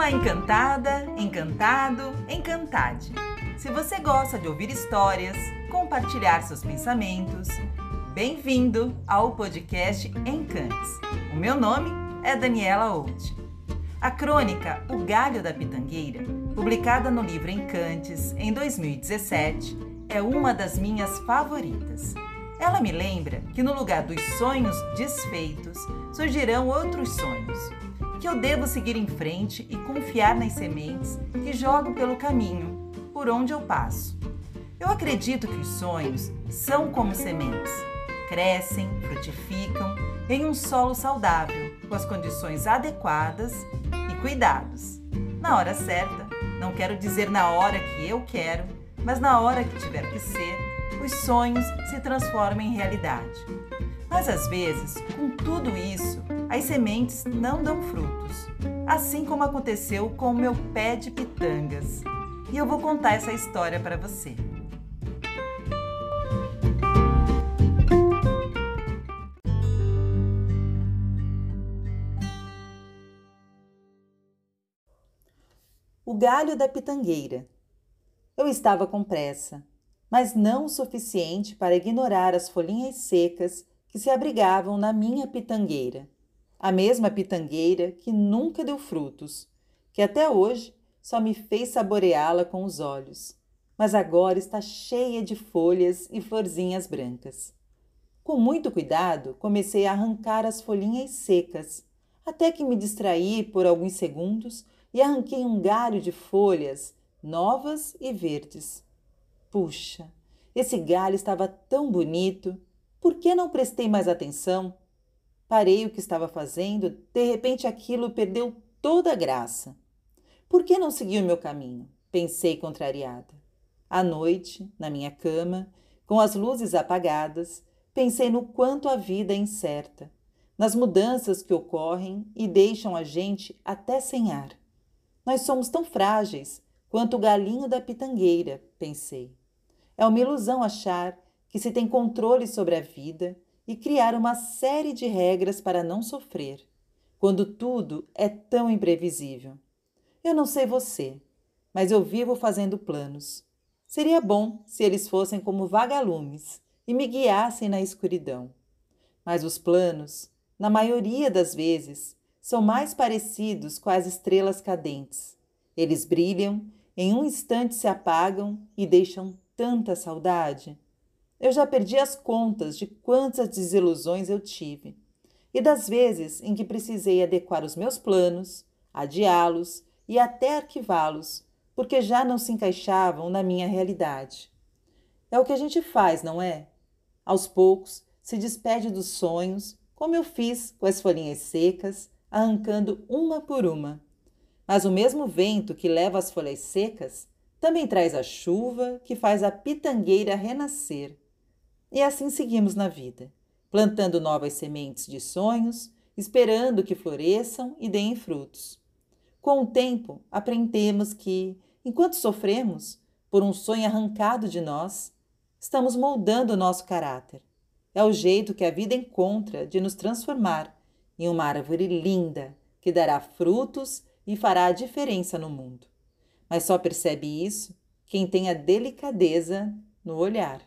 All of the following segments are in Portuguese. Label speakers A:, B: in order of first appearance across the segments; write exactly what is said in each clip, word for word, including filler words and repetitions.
A: Olá, encantada, encantado, encantade! Se você gosta de ouvir histórias, compartilhar seus pensamentos, bem-vindo ao podcast Encantes. O meu nome é Daniela Out. A crônica O Galho da Pitangueira, publicada no livro Encantes em dois mil e dezessete, é uma das minhas favoritas. Ela me lembra que no lugar dos sonhos desfeitos surgirão outros sonhos, que eu devo seguir em frente e confiar nas sementes que jogo pelo caminho, por onde eu passo. Eu acredito que os sonhos são como sementes, crescem, frutificam em um solo saudável, com as condições adequadas e cuidados. Na hora certa, não quero dizer na hora que eu quero, mas na hora que tiver que ser, os sonhos se transformam em realidade. Mas às vezes, com tudo isso, as sementes não dão frutos, assim como aconteceu com o meu pé de pitangas. E eu vou contar essa história para você. O galho da pitangueira. Eu estava com pressa, mas não o suficiente para ignorar as folhinhas secas que se abrigavam na minha pitangueira. A mesma pitangueira que nunca deu frutos, que até hoje só me fez saboreá-la com os olhos, mas agora está cheia de folhas e florzinhas brancas. Com muito cuidado, comecei a arrancar as folhinhas secas, até que me distraí por alguns segundos e arranquei um galho de folhas novas e verdes. Puxa, esse galho estava tão bonito, por que não prestei mais atenção? Parei o que estava fazendo, de repente aquilo perdeu toda a graça. Por que não segui o meu caminho? Pensei contrariada. À noite, na minha cama, com as luzes apagadas, pensei no quanto a vida é incerta, nas mudanças que ocorrem e deixam a gente até sem ar. Nós somos tão frágeis quanto o galinho da pitangueira, pensei. É uma ilusão achar que se tem controle sobre a vida e criar uma série de regras para não sofrer, quando tudo é tão imprevisível. Eu não sei você, mas eu vivo fazendo planos. Seria bom se eles fossem como vagalumes e me guiassem na escuridão. Mas os planos, na maioria das vezes, são mais parecidos com as estrelas cadentes. Eles brilham, em um instante se apagam e deixam tanta saudade. Eu já perdi as contas de quantas desilusões eu tive e das vezes em que precisei adequar os meus planos, adiá-los e até arquivá-los, porque já não se encaixavam na minha realidade. É o que a gente faz, não é? Aos poucos, se despede dos sonhos, como eu fiz com as folhinhas secas, arrancando uma por uma. Mas o mesmo vento que leva as folhas secas também traz a chuva que faz a pitangueira renascer. E assim seguimos na vida, plantando novas sementes de sonhos, esperando que floresçam e deem frutos. Com o tempo, aprendemos que, enquanto sofremos por um sonho arrancado de nós, estamos moldando o nosso caráter. É o jeito que a vida encontra de nos transformar em uma árvore linda que dará frutos e fará a diferença no mundo. Mas só percebe isso quem tem a delicadeza no olhar.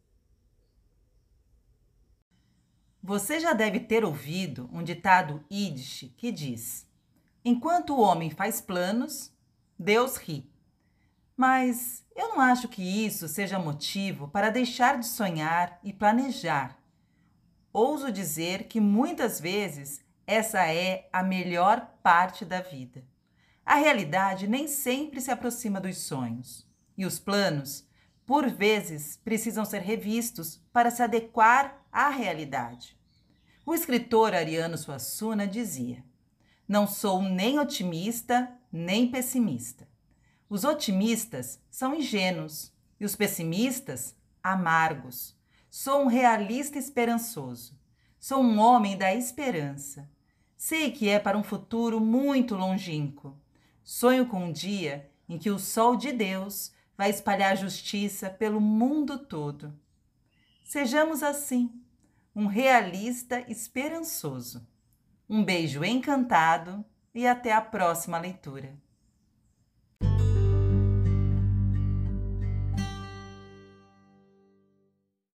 A: Você já deve ter ouvido um ditado ídish que diz: enquanto o homem faz planos, Deus ri. Mas eu não acho que isso seja motivo para deixar de sonhar e planejar. Ouso dizer que muitas vezes essa é a melhor parte da vida. A realidade nem sempre se aproxima dos sonhos, e os planos, por vezes, precisam ser revistos para se adequar à realidade. O escritor Ariano Suassuna dizia: não sou nem otimista nem pessimista. Os otimistas são ingênuos e os pessimistas, amargos. Sou um realista esperançoso. Sou um homem da esperança. Sei que é para um futuro muito longínquo. Sonho com um dia em que o sol de Deus vai espalhar justiça pelo mundo todo. Sejamos assim, um realista esperançoso. Um beijo encantado e até a próxima leitura.